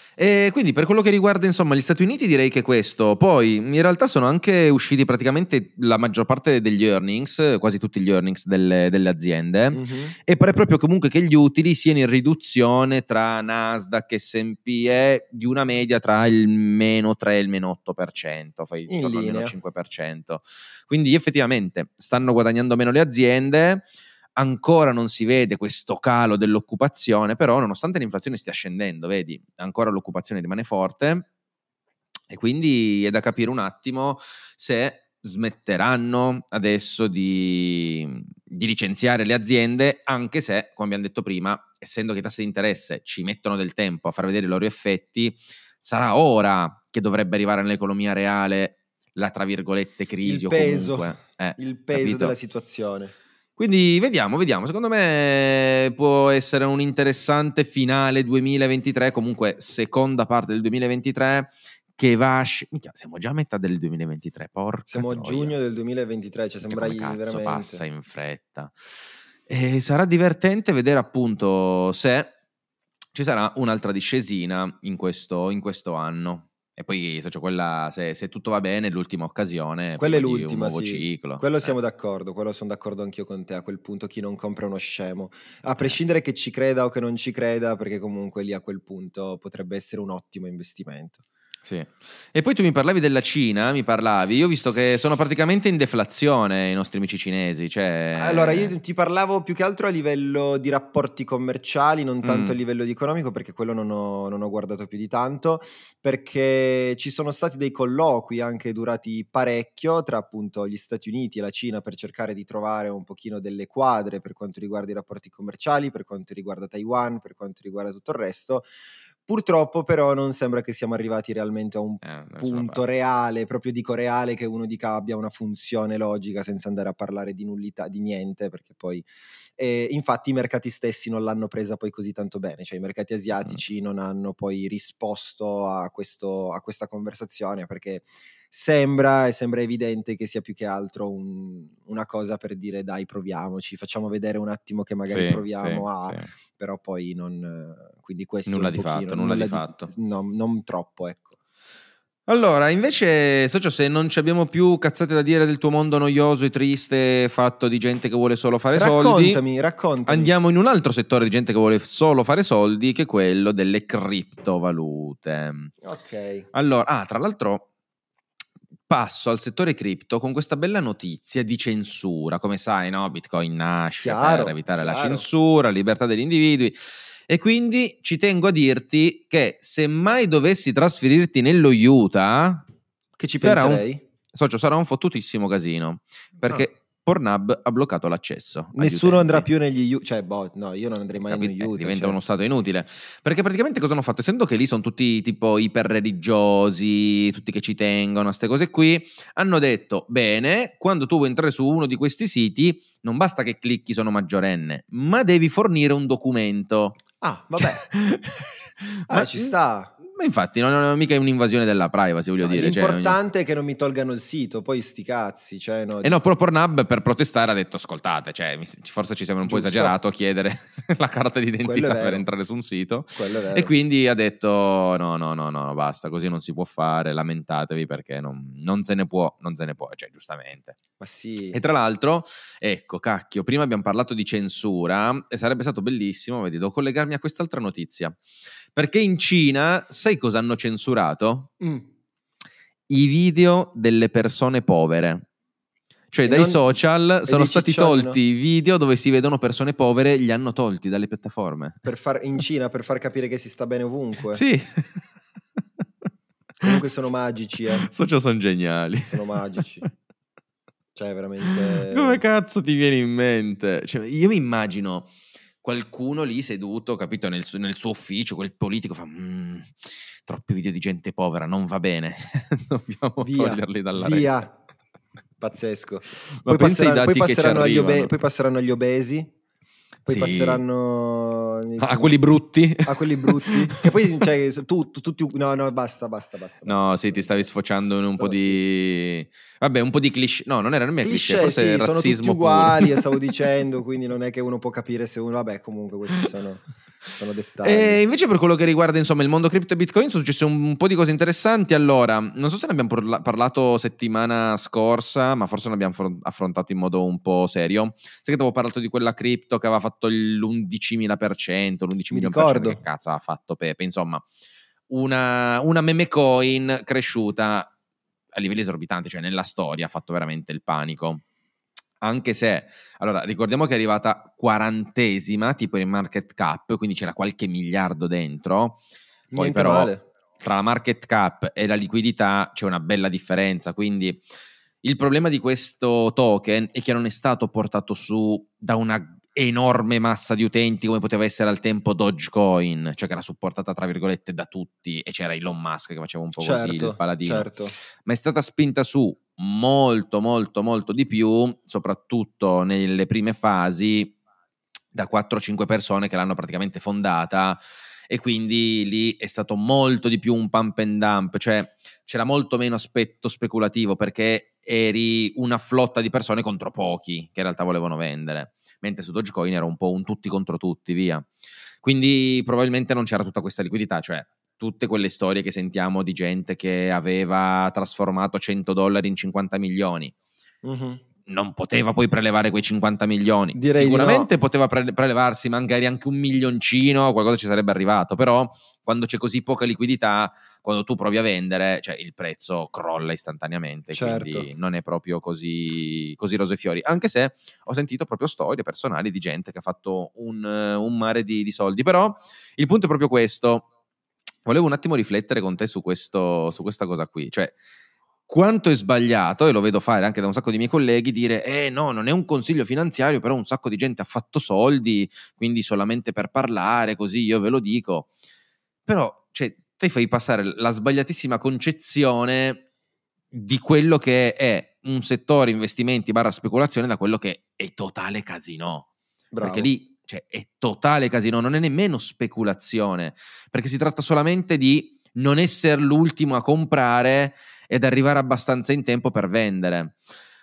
E quindi per quello che riguarda insomma gli Stati Uniti direi che questo, poi in realtà sono anche usciti praticamente la maggior parte degli earnings, quasi tutti gli earnings delle, delle aziende, Mm-hmm. e pare proprio comunque che gli utili siano in riduzione tra Nasdaq e S and P e di una media tra il meno tre e il meno otto per cento, fai In intorno al meno linea. cinque per cento. Quindi effettivamente stanno guadagnando meno le aziende. Ancora non si vede questo calo dell'occupazione, però nonostante l'inflazione stia scendendo, vedi, ancora l'occupazione rimane forte e quindi è da capire un attimo se smetteranno adesso di, di licenziare le aziende, anche se, come abbiamo detto prima, essendo che i tassi di interesse ci mettono del tempo a far vedere i loro effetti, sarà ora che dovrebbe arrivare nell'economia reale la tra virgolette crisi Il o peso, comunque eh, il peso capito? della situazione. Quindi vediamo, vediamo. Secondo me può essere un interessante finale duemilaventitré, comunque seconda parte del duemilaventitré che va a... sc- Minchia, siamo già a metà del duemilaventitré, porca Siamo a troia. giugno del duemilaventitré, cioè Minchia, sembra come cazzo veramente... passa in fretta. E sarà divertente vedere appunto se ci sarà un'altra discesina in questo, in questo anno. E poi se, c'è quella, se, se tutto va bene, l'ultima occasione Quella è prima di un l'ultima, nuovo sì. ciclo. Quello Eh, siamo d'accordo, quello sono d'accordo anch'io con te. A quel punto chi non compra è uno scemo. A eh. prescindere che ci creda o che non ci creda, perché comunque lì a quel punto potrebbe essere un ottimo investimento. Sì. E poi tu mi parlavi della Cina, mi parlavi, io ho visto che sono praticamente in deflazione i nostri amici cinesi, cioè... Allora, io ti parlavo più che altro a livello di rapporti commerciali, non tanto Mm. a livello di economico, perché quello non ho, non ho guardato più di tanto, perché ci sono stati dei colloqui anche durati parecchio tra appunto gli Stati Uniti e la Cina per cercare di trovare un pochino delle quadre per quanto riguarda i rapporti commerciali, per quanto riguarda Taiwan, per quanto riguarda tutto il resto. Purtroppo però non sembra che siamo arrivati realmente a un Eh, punto reale, proprio dico reale, che uno dica abbia una funzione logica senza andare a parlare di nullità, di niente, perché poi eh, infatti i mercati stessi non l'hanno presa poi così tanto bene, cioè i mercati asiatici mm. non hanno poi risposto a, questo, a questa conversazione, perché sembra e sembra evidente che sia più che altro un, una cosa per dire dai proviamoci, facciamo vedere un attimo che magari sì, proviamo sì, a sì. però poi non, quindi questo nulla un di pochino, fatto, nulla, nulla di, di fatto no, non troppo, ecco. Allora, invece, socio, se non ci abbiamo più cazzate da dire del tuo mondo noioso e triste fatto di gente che vuole solo fare raccontami, soldi, raccontami. Andiamo in un altro settore di gente che vuole solo fare soldi, che è quello delle criptovalute. Ok. Allora, ah, tra l'altro passo al settore cripto con questa bella notizia di censura. Come sai, no? Bitcoin nasce Chiaro, per evitare chiaro. la censura, la libertà degli individui. E quindi ci tengo a dirti che se mai dovessi trasferirti nello Utah, che ci sarà penserei? un, socio, sarà un fottutissimo casino, perché ah. Pornhub ha bloccato l'accesso. Nessuno andrà più negli Utah, cioè boh, no, io non andrei mai Capi- negli eh, Utah. diventa cioè. uno stato inutile, perché praticamente cosa hanno fatto? Essendo che lì sono tutti tipo iper religiosi, tutti che ci tengono a ste cose qui, hanno detto bene, quando tu vuoi entrare su uno di questi siti non basta che clicchi sono maggiorenne, ma devi fornire un documento. Ah, vabbè. ma ah, ci sta. Ma infatti non è mica un'invasione della privacy, voglio no, dire. L'importante cioè, è che non mi tolgano il sito, poi sti cazzi. Cioè, no, e dico... no, però Pornhub per protestare ha detto ascoltate, cioè, forse ci sembra un Giusto. po' esagerato chiedere la carta d'identità per entrare su un sito. Quello è vero. E quindi ha detto no, no, no, no, basta, così non si può fare, lamentatevi perché non, non se ne può, non se ne può, cioè giustamente. Ma sì. E tra l'altro, ecco, cacchio, prima abbiamo parlato di censura e sarebbe stato bellissimo, vedi, devo collegarmi a quest'altra notizia. Perché in Cina, sai cosa hanno censurato? Mm. I video delle persone povere. Cioè, e dai non... social sono stati ciccioni, tolti no? i video dove si vedono persone povere, li hanno tolti dalle piattaforme. Per far... In Cina, per far capire che si sta bene ovunque. Sì. Comunque sono magici, eh. Socio, sono geniali. Sono magici. Cioè, veramente... Come cazzo ti viene in mente? Cioè, io mi immagino qualcuno lì seduto, capito, nel, su- nel suo ufficio, quel politico fa mm, troppi video di gente povera, non va bene. Dobbiamo via, toglierli dalla via. rete. Pazzesco. Ma poi, pensa ai passeranno, dati poi, che ci passeranno agli obe- arrivano. poi passeranno agli obesi, poi Sì. passeranno a quelli brutti. A quelli brutti. Che poi, cioè, tu, tu, tutti... No, no, basta, basta, basta. No, basta. sì, ti stavi sfociando in un so, po' di... Sì. Vabbè, un po' di cliché. No, non era nemmeno cliché, cliché, forse sì, razzismo sono tutti puro. uguali, stavo dicendo, quindi non è che uno può capire se uno... Vabbè, comunque questi sono, sono dettagli. E invece per quello che riguarda, insomma, il mondo cripto e Bitcoin sono successe un po' di cose interessanti. Allora, non so se ne abbiamo parlato settimana scorsa, ma forse ne abbiamo affrontato in modo un po' serio. Sai che ti avevo parlato di quella cripto che aveva fatto l'undicimila per cento, l'undici milioni per cento, che cazzo ha fatto Pepe, insomma. Una, una meme coin cresciuta a livelli esorbitanti, cioè nella storia ha fatto veramente il panico. Anche se, allora, ricordiamo che è arrivata quarantesima, tipo in market cap, quindi c'era qualche miliardo dentro. Poi Niente però male. Tra la market cap e la liquidità c'è una bella differenza, quindi il problema di questo token è che non è stato portato su da una enorme massa di utenti come poteva essere al tempo Dogecoin, cioè che era supportata tra virgolette da tutti e c'era Elon Musk che faceva un po' certo, così il paladino, certo. ma è stata spinta su molto molto molto di più, soprattutto nelle prime fasi, da quattro o cinque persone che l'hanno praticamente fondata, e quindi lì è stato molto di più un pump and dump, cioè c'era molto meno aspetto speculativo perché eri una flotta di persone contro pochi che in realtà volevano vendere, mentre su Dogecoin era un po' un tutti contro tutti, via. Quindi probabilmente non c'era tutta questa liquidità, cioè tutte quelle storie che sentiamo di gente che aveva trasformato cento dollari in cinquanta milioni. Mm-hmm. non poteva poi prelevare quei cinquanta milioni. Direi Sicuramente no. poteva pre- prelevarsi magari anche un milioncino, qualcosa ci sarebbe arrivato, però quando c'è così poca liquidità, quando tu provi a vendere, cioè il prezzo crolla istantaneamente, certo. Quindi non è proprio così, così rose e fiori, anche se ho sentito proprio storie personali di gente che ha fatto un, un mare di, di soldi. Però il punto è proprio questo. Volevo un attimo riflettere con te su, questo, su questa cosa qui, cioè quanto è sbagliato, e lo vedo fare anche da un sacco di miei colleghi, dire eh no, non è un consiglio finanziario, però un sacco di gente ha fatto soldi, quindi solamente per parlare, così io ve lo dico. Però, cioè, te fai passare la sbagliatissima concezione di quello che è un settore investimenti barra speculazione da quello che è totale casino. Bravo. Perché lì, cioè, è totale casino, non è nemmeno speculazione, perché si tratta solamente di non essere l'ultimo a comprare ed arrivare abbastanza in tempo per vendere.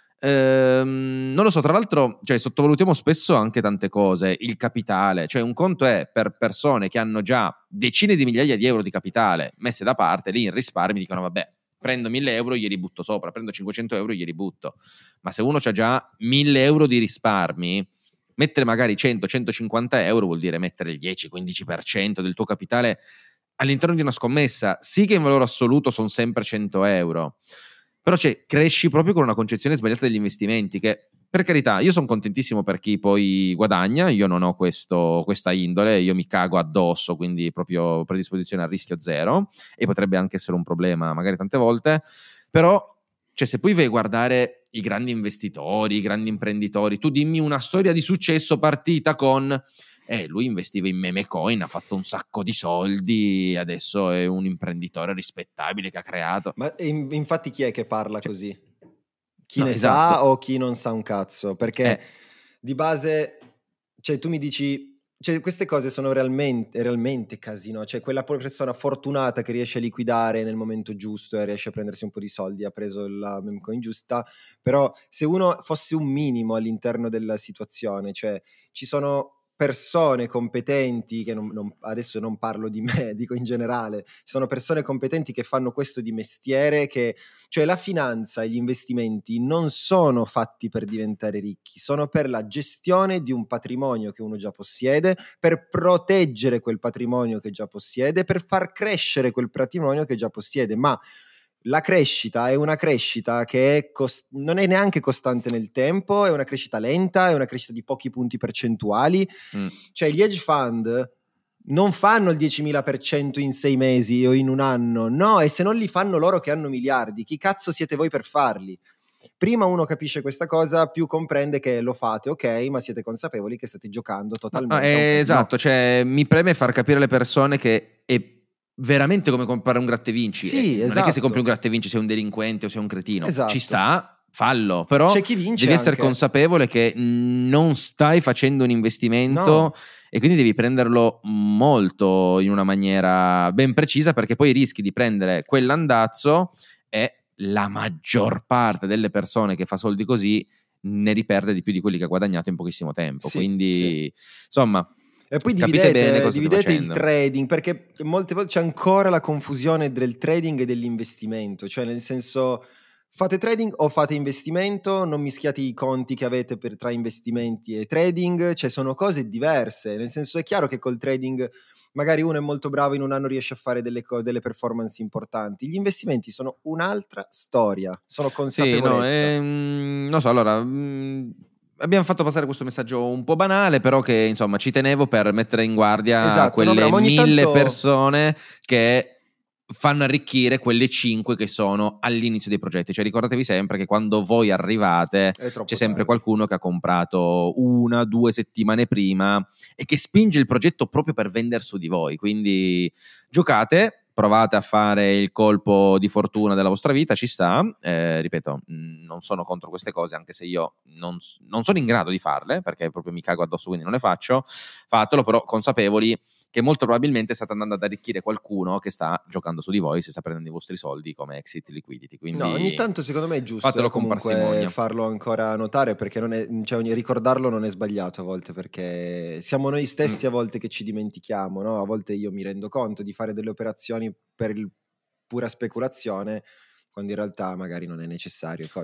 Ehm, non lo so, tra l'altro, cioè, sottovalutiamo spesso anche tante cose, il capitale, cioè un conto è per persone che hanno già decine di migliaia di euro di capitale messe da parte, lì in risparmi dicono vabbè, prendo mille euro, glieli butto sopra, prendo cinquecento euro, glieli butto. Ma se uno ha già mille euro di risparmi, mettere magari cento centocinquanta euro vuol dire mettere il dieci quindici per cento del tuo capitale all'interno di una scommessa. Sì che in valore assoluto sono sempre cento euro, però cioè, cresci proprio con una concezione sbagliata degli investimenti che, per carità, io sono contentissimo per chi poi guadagna, io non ho questo, questa indole, io mi cago addosso, quindi proprio predisposizione al rischio zero, e potrebbe anche essere un problema magari tante volte, però cioè, se poi vai a guardare i grandi investitori, i grandi imprenditori, tu dimmi una storia di successo partita con eh, lui investiva in meme coin, ha fatto un sacco di soldi, adesso è un imprenditore rispettabile che ha creato. Ma in- infatti chi è che parla Cioè, così? Chi no, ne esatto. sa o chi non sa un cazzo? Perché Eh. di base, cioè tu mi dici, cioè queste cose sono realmente, realmente casino, cioè quella persona fortunata che riesce a liquidare nel momento giusto e riesce a prendersi un po' di soldi, ha preso la meme coin giusta, però se uno fosse un minimo all'interno della situazione, cioè ci sono persone competenti, che non, non, adesso non parlo di me, dico in generale, ci sono persone competenti che fanno questo di mestiere, che cioè la finanza e gli investimenti non sono fatti per diventare ricchi, sono per la gestione di un patrimonio che uno già possiede, per proteggere quel patrimonio che già possiede, per far crescere quel patrimonio che già possiede, ma la crescita è una crescita che è cost- non è neanche costante nel tempo, è una crescita lenta, è una crescita di pochi punti percentuali. Mm. Cioè gli hedge fund non fanno il diecimila per cento in sei mesi o in un anno, no, e se non li fanno loro che hanno miliardi, chi cazzo siete voi per farli? Prima uno capisce questa cosa, più comprende che lo fate, ok, ma siete consapevoli che state giocando totalmente no, a un casino. esatto, cioè mi preme far capire alle persone che è veramente come comprare un gratta e vinci. Sì, eh, esatto. Non è che se compri un gratta e vinci sei un delinquente o sei un cretino. Esatto. Ci sta, fallo, però c'è chi vince devi essere anche. consapevole che non stai facendo un investimento, no. E quindi devi prenderlo molto in una maniera ben precisa, perché poi rischi di prendere quell'andazzo e la maggior parte delle persone che fa soldi così ne riperde di più di quelli che ha guadagnato in pochissimo tempo. Sì, quindi sì. insomma, e poi capite dividete, bene cosa dividete il facendo. trading, perché molte volte c'è ancora la confusione del trading e dell'investimento, cioè nel senso, fate trading o fate investimento, non mischiate i conti che avete per, tra investimenti e trading, cioè sono cose diverse, nel senso è chiaro che col trading magari uno è molto bravo, in un anno riesce a fare delle, delle performance importanti, gli investimenti sono un'altra storia, sono consapevolezza. Sì, no, ehm, non so, allora mh, abbiamo fatto passare questo messaggio un po' banale, però che insomma ci tenevo per mettere in guardia esatto, quelle no, bravo, ogni mille tanto... persone che fanno arricchire quelle cinque che sono all'inizio dei progetti. Cioè ricordatevi sempre che quando voi arrivate c'è sempre tardi. qualcuno che ha comprato una, due settimane prima e che spinge il progetto proprio per vendere su di voi. Quindi giocate, provate a fare il colpo di fortuna della vostra vita, ci sta. Eh, ripeto, non sono contro queste cose, anche se io non, non sono in grado di farle, perché proprio mi cago addosso, quindi non le faccio. Fatelo, però consapevoli che molto probabilmente state andando ad arricchire qualcuno che sta giocando su di voi, se sta prendendo i vostri soldi come exit liquidity. Quindi no, ogni tanto secondo me è giusto fatelo eh, con comunque parsimonia. farlo ancora notare, perché non è, cioè, ricordarlo non è sbagliato a volte, perché siamo noi stessi Mm. a volte che ci dimentichiamo, no? A volte io mi rendo conto di fare delle operazioni per il, pura speculazione, quando in realtà magari non è necessario. Cose, quindi.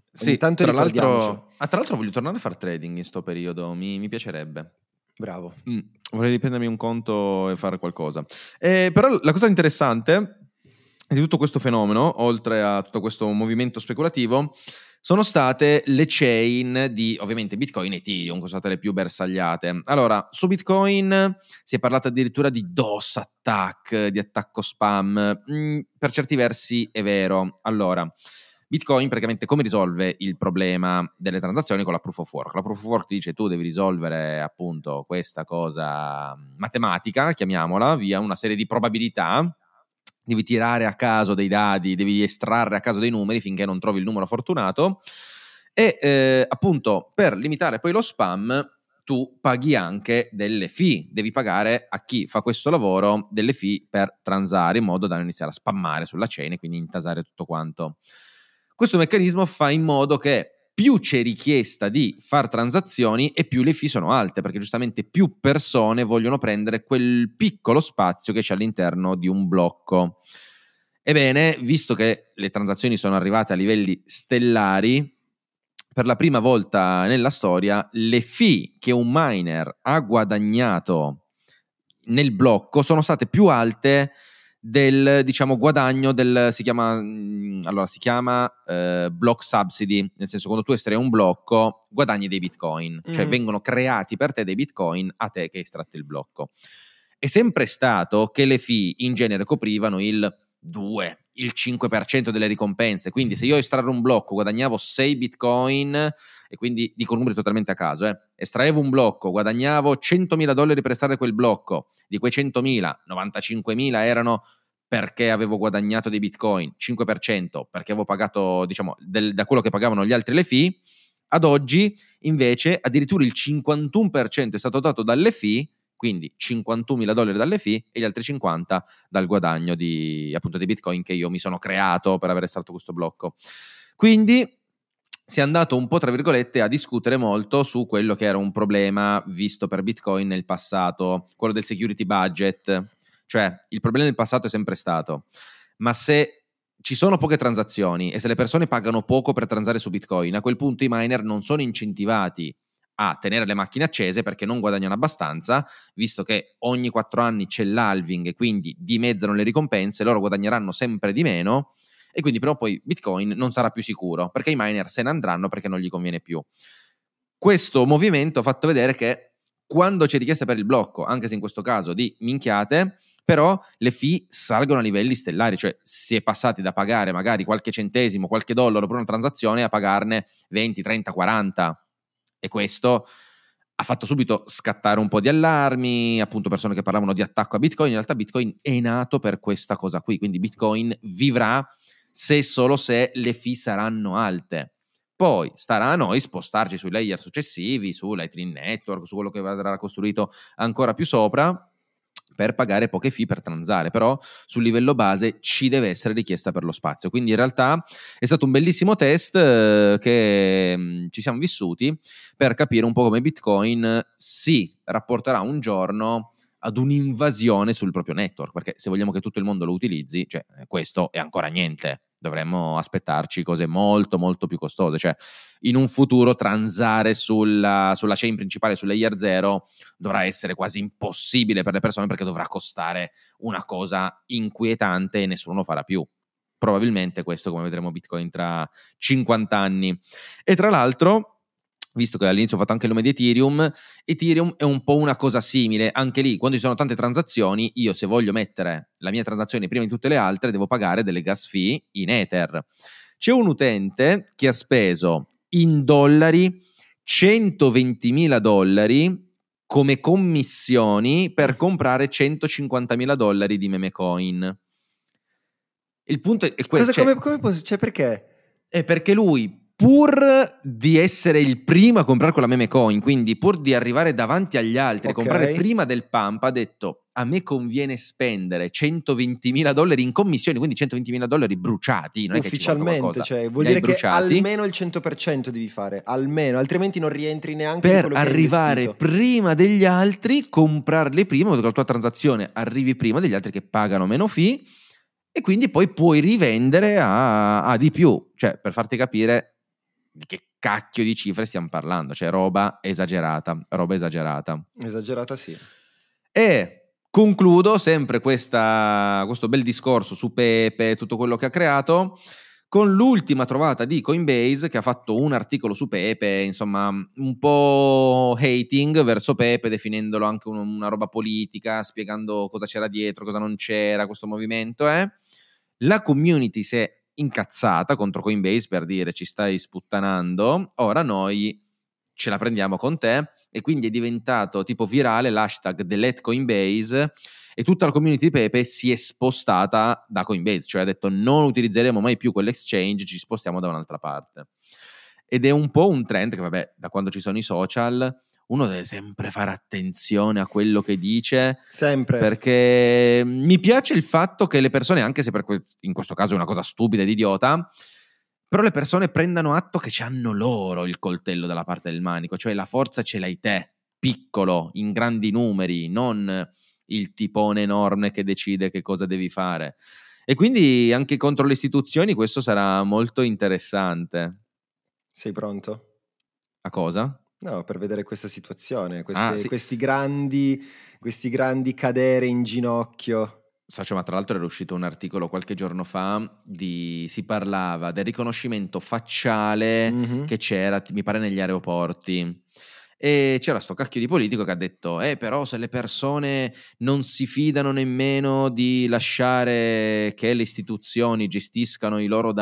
Sì, Ogni tanto tra ricordiamoci. l'altro, ah, tra l'altro voglio tornare a fare trading in sto periodo, mi, mi piacerebbe. Bravo. Mm, vorrei riprendermi un conto e fare qualcosa. Eh, però la cosa interessante di tutto questo fenomeno, oltre a tutto questo movimento speculativo, sono state le chain di, ovviamente, Bitcoin e Ethereum, che sono state le più bersagliate. Allora, su Bitcoin si è parlato addirittura di DOS attack, di attacco spam. Mm, per certi versi è vero. Allora, Bitcoin praticamente come risolve il problema delle transazioni? Con la proof of work. La proof of work dice tu devi risolvere appunto questa cosa matematica, chiamiamola, via una serie di probabilità, devi tirare a caso dei dadi, devi estrarre a caso dei numeri finché non trovi il numero fortunato e eh, appunto per limitare poi lo spam tu paghi anche delle fee, devi pagare a chi fa questo lavoro delle fee per transare in modo da non iniziare a spammare sulla chain e quindi intasare tutto quanto. Questo meccanismo fa in modo che più c'è richiesta di far transazioni e più le fee sono alte, perché giustamente più persone vogliono prendere quel piccolo spazio che c'è all'interno di un blocco. Ebbene, visto che le transazioni sono arrivate a livelli stellari, per la prima volta nella storia le fee che un miner ha guadagnato nel blocco sono state più alte del, diciamo, guadagno del, si chiama, allora si chiama eh, block subsidy, nel senso quando tu estrai un blocco guadagni dei bitcoin, mm. cioè vengono creati per te dei bitcoin a te che hai estratto il blocco. È sempre stato che le fee in genere coprivano il due, il cinque per cento delle ricompense, quindi se io estrarre un blocco guadagnavo sei bitcoin, e quindi dico numeri totalmente a caso, eh. estraevo un blocco, guadagnavo centomila dollari per estrarre quel blocco, di quei centomila, novantacinquemila erano perché avevo guadagnato dei bitcoin, cinque per cento perché avevo pagato, diciamo, del, da quello che pagavano gli altri le fee. Ad oggi invece addirittura il cinquantuno per cento è stato dato dalle fee, quindi cinquantunomila dollari dalle fee e gli altri cinquanta dal guadagno di, appunto, dei bitcoin che io mi sono creato per aver estratto questo blocco. Quindi si è andato un po', tra virgolette, a discutere molto su quello che era un problema visto per Bitcoin nel passato, quello del security budget. Cioè, il problema nel passato è sempre stato, ma se ci sono poche transazioni e se le persone pagano poco per transare su Bitcoin, a quel punto i miner non sono incentivati a tenere le macchine accese perché non guadagnano abbastanza, visto che ogni quattro anni c'è l'halving e quindi dimezzano le ricompense, loro guadagneranno sempre di meno e quindi però poi Bitcoin non sarà più sicuro perché i miner se ne andranno perché non gli conviene più. Questo movimento ha fatto vedere che quando c'è richiesta per il blocco, anche se in questo caso di minchiate, però le fee salgono a livelli stellari, cioè si è passati da pagare magari qualche centesimo, qualche dollaro per una transazione a pagarne venti, trenta, quaranta. E questo ha fatto subito scattare un po' di allarmi, appunto persone che parlavano di attacco a Bitcoin. In realtà Bitcoin è nato per questa cosa qui, quindi Bitcoin vivrà se solo se le fee saranno alte. Poi starà a noi spostarci sui layer successivi, su Lightning Network, su quello che verrà costruito ancora più sopra, per pagare poche fee per transare, però sul livello base ci deve essere richiesta per lo spazio. Quindi in realtà è stato un bellissimo test eh, che mh, ci siamo vissuti per capire un po' come Bitcoin si rapporterà un giorno ad un'invasione sul proprio network, perché se vogliamo che tutto il mondo lo utilizzi, cioè questo è ancora niente. Dovremmo aspettarci cose molto molto più costose, cioè in un futuro transare sulla, sulla chain principale, sul layer zero, dovrà essere quasi impossibile per le persone perché dovrà costare una cosa inquietante e nessuno lo farà più. Probabilmente questo, come vedremo Bitcoin tra cinquanta anni. E tra l'altro, visto che all'inizio ho fatto anche il nome di Ethereum, Ethereum è un po' una cosa simile, anche lì quando ci sono tante transazioni, io se voglio mettere la mia transazione prima di tutte le altre devo pagare delle gas fee in Ether. C'è un utente che ha speso in dollari centoventimila dollari come commissioni per comprare centocinquantamila dollari di meme coin. Il punto è questo. Cosa, cioè, come, come, cioè perché? È perché lui, pur di essere il primo a comprare quella meme coin, quindi pur di arrivare davanti agli altri, okay, comprare prima del pump, ha detto: a me conviene spendere centoventimila dollari in commissioni, quindi centoventimila dollari bruciati, non è ufficialmente, che ci cioè vuol dire che almeno il cento per cento devi fare, almeno, altrimenti non rientri neanche per in quello che arrivare hai investito. Prima degli altri, comprarli prima, perché la tua transazione arrivi prima degli altri che pagano meno fee, e quindi poi puoi rivendere a, a di più. Cioè, per farti capire, di che cacchio di cifre stiamo parlando, cioè roba esagerata, roba esagerata. Esagerata sì. E concludo sempre questa, questo bel discorso su Pepe, tutto quello che ha creato, con l'ultima trovata di Coinbase, che ha fatto un articolo su Pepe, insomma un po' hating verso Pepe, definendolo anche un, una roba politica, spiegando cosa c'era dietro, cosa non c'era, questo movimento. Eh. La community si è incazzata contro Coinbase per dire ci stai sputtanando, ora noi ce la prendiamo con te, e quindi è diventato tipo virale l'hashtag delete Coinbase, e tutta la community di Pepe si è spostata da Coinbase, cioè ha detto non utilizzeremo mai più quell'exchange, ci spostiamo da un'altra parte. Ed è un po' un trend che, vabbè, da quando ci sono i social uno deve sempre fare attenzione a quello che dice, sempre, perché mi piace il fatto che le persone, anche se per que- in questo caso è una cosa stupida ed idiota, però le persone prendano atto che c'hanno loro il coltello dalla parte del manico, cioè la forza ce l'hai te, piccolo, in grandi numeri, non il tipone enorme che decide che cosa devi fare. E quindi anche contro le istituzioni questo sarà molto interessante. Sei pronto? A cosa? No, per vedere questa situazione, queste, Ah, sì. questi grandi, questi grandi cadere in ginocchio. Socio, ma tra l'altro era uscito un articolo qualche giorno fa, di, si parlava del riconoscimento facciale Mhm. che c'era, mi pare, negli aeroporti. E c'era sto cacchio di politico che ha detto eh però se le persone non si fidano nemmeno di lasciare che le istituzioni gestiscano i loro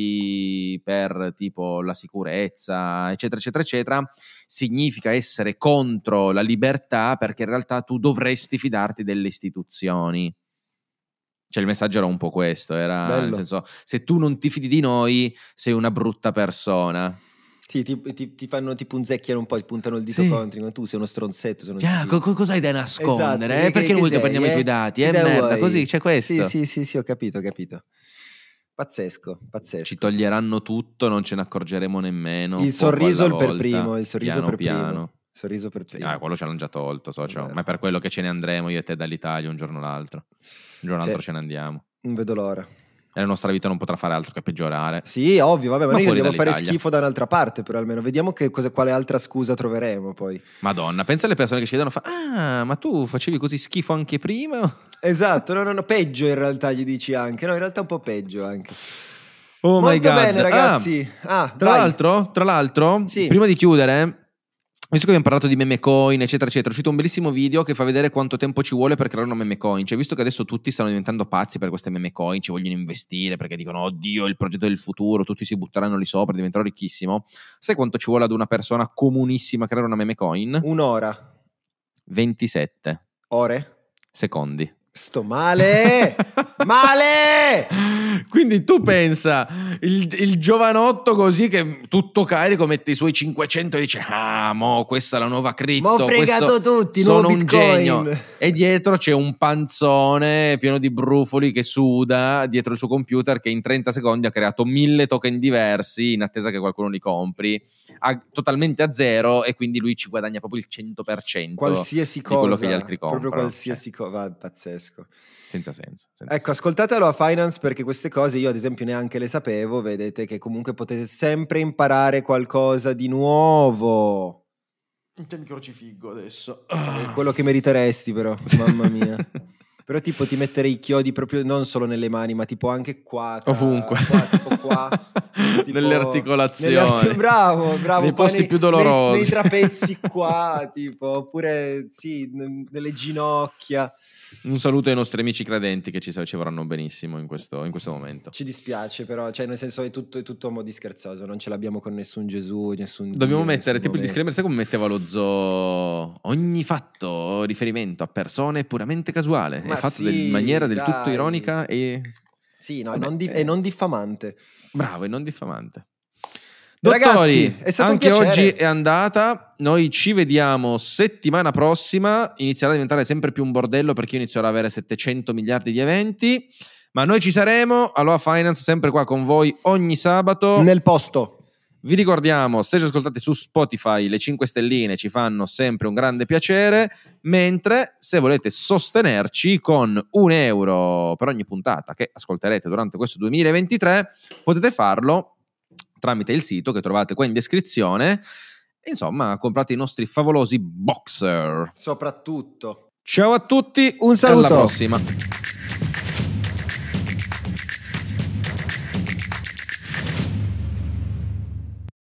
dati per tipo la sicurezza eccetera eccetera eccetera, significa essere contro la libertà, perché in realtà tu dovresti fidarti delle istituzioni. Cioè il messaggio era un po' questo, era Bello. nel senso, se tu non ti fidi di noi sei una brutta persona. Sì, ti, ti, ti fanno, ti punzecchiano un po', ti puntano il dito Sì. contro, ma tu sei uno stronzetto. Se non Già, ti co- fidi. co- cosa hai da nascondere? Esatto, eh? Perché che- noi che che sei, prendiamo eh? i tuoi dati? Che Eh te merda, vuoi? così c'è questo. Sì, sì, sì, sì, ho capito, ho capito. Pazzesco, pazzesco. Ci toglieranno tutto, non ce ne accorgeremo nemmeno. Il poco alla sorriso il per volta, primo, il sorriso piano per piano. primo. Sorriso per Sì, primo. ah, quello ce l'hanno già tolto, socio. Vero. Ma è per quello che ce ne andremo io e te dall'Italia un giorno o l'altro. Un giorno o l'altro Sì. ce ne andiamo. Non vedo l'ora. E la nostra vita non potrà fare altro che peggiorare. Sì, ovvio, vabbè, ma, Ma noi fuori andiamo a fare dall'Italia. schifo da un'altra parte, però almeno vediamo che cosa, quale altra scusa troveremo poi. Madonna, pensa alle persone che ci vedono, fa, ah, ma tu facevi così schifo anche prima? Esatto, no, no, no, peggio in realtà gli dici anche, no, in realtà un po' peggio anche. Oh my Molto God. bene ragazzi. Ah, Ah, tra vai. l'altro, tra l'altro, Sì. prima di chiudere, visto che abbiamo parlato di meme coin, eccetera, eccetera, è uscito un bellissimo video che fa vedere quanto tempo ci vuole per creare una meme coin. Cioè, visto che adesso tutti stanno diventando pazzi per queste meme coin, ci vogliono investire perché dicono, oddio, il progetto del futuro, tutti si butteranno lì sopra, diventerò ricchissimo. Sai quanto ci vuole ad una persona comunissima creare una meme coin? Un'ora. ventisette Ore? secondi. Sto male! Male! Quindi tu pensa, il, il giovanotto così che tutto carico mette i suoi cinquecento e dice ah, mo questa è la nuova cripto, M'ho fregato questo, tutti, sono nuovo un Bitcoin. genio. E dietro c'è un panzone pieno di brufoli che suda dietro il suo computer, che in trenta secondi ha creato mille token diversi in attesa che qualcuno li compri, a, totalmente a zero, e quindi lui ci guadagna proprio il cento per cento Qualsiasi di cosa. quello che gli altri comprano. Proprio qualsiasi Cioè, cosa. Pazzesco. senza senso. Senza Ecco, senso. ascoltatelo a Finance, perché queste cose io ad esempio neanche le sapevo. Vedete che comunque potete sempre imparare qualcosa di nuovo. Te mi crocifigo adesso. È quello che meriteresti però, mamma mia. Però tipo ti metterei i chiodi proprio non solo nelle mani, ma tipo anche qua, tra- Ovunque. qua, tipo qua, tipo- Nelle articolazioni. nelle arti- bravo, bravo, Nei qua posti più dolorosi. Nei, nei trapezzi qua, tipo, oppure sì, n- nelle ginocchia. Un saluto ai nostri amici credenti che ci, ci vorranno benissimo in questo, in questo momento. Ci dispiace però, cioè nel senso è tutto, è tutto a mo' di scherzoso, non ce l'abbiamo con nessun Gesù, nessun Dobbiamo Dio, mettere nessun tipo il momento. disclaimer, sai come metteva lo zoo? Ogni fatto riferimento a persone puramente casuale, Ma è fatto sì, in maniera del dai. tutto ironica e... Sì, no, Vabbè, non di- eh. e non diffamante. Bravo e non diffamante. Ragazzi, Dottori, è stato un anche piacere. oggi è andata. Noi ci vediamo settimana prossima. Inizierà a diventare sempre più un bordello perché io inizierò ad avere settecento miliardi di eventi. Ma noi ci saremo. Aloha Finance, sempre qua con voi ogni sabato. Nel posto. Vi ricordiamo, se ci ascoltate su Spotify, le cinque stelline ci fanno sempre un grande piacere. Mentre se volete sostenerci con un euro per ogni puntata che ascolterete durante questo duemilaventitré, potete farlo tramite il sito che trovate qua in descrizione. Insomma, comprate i nostri favolosi boxer. Soprattutto. Ciao a tutti, un saluto. alla prossima.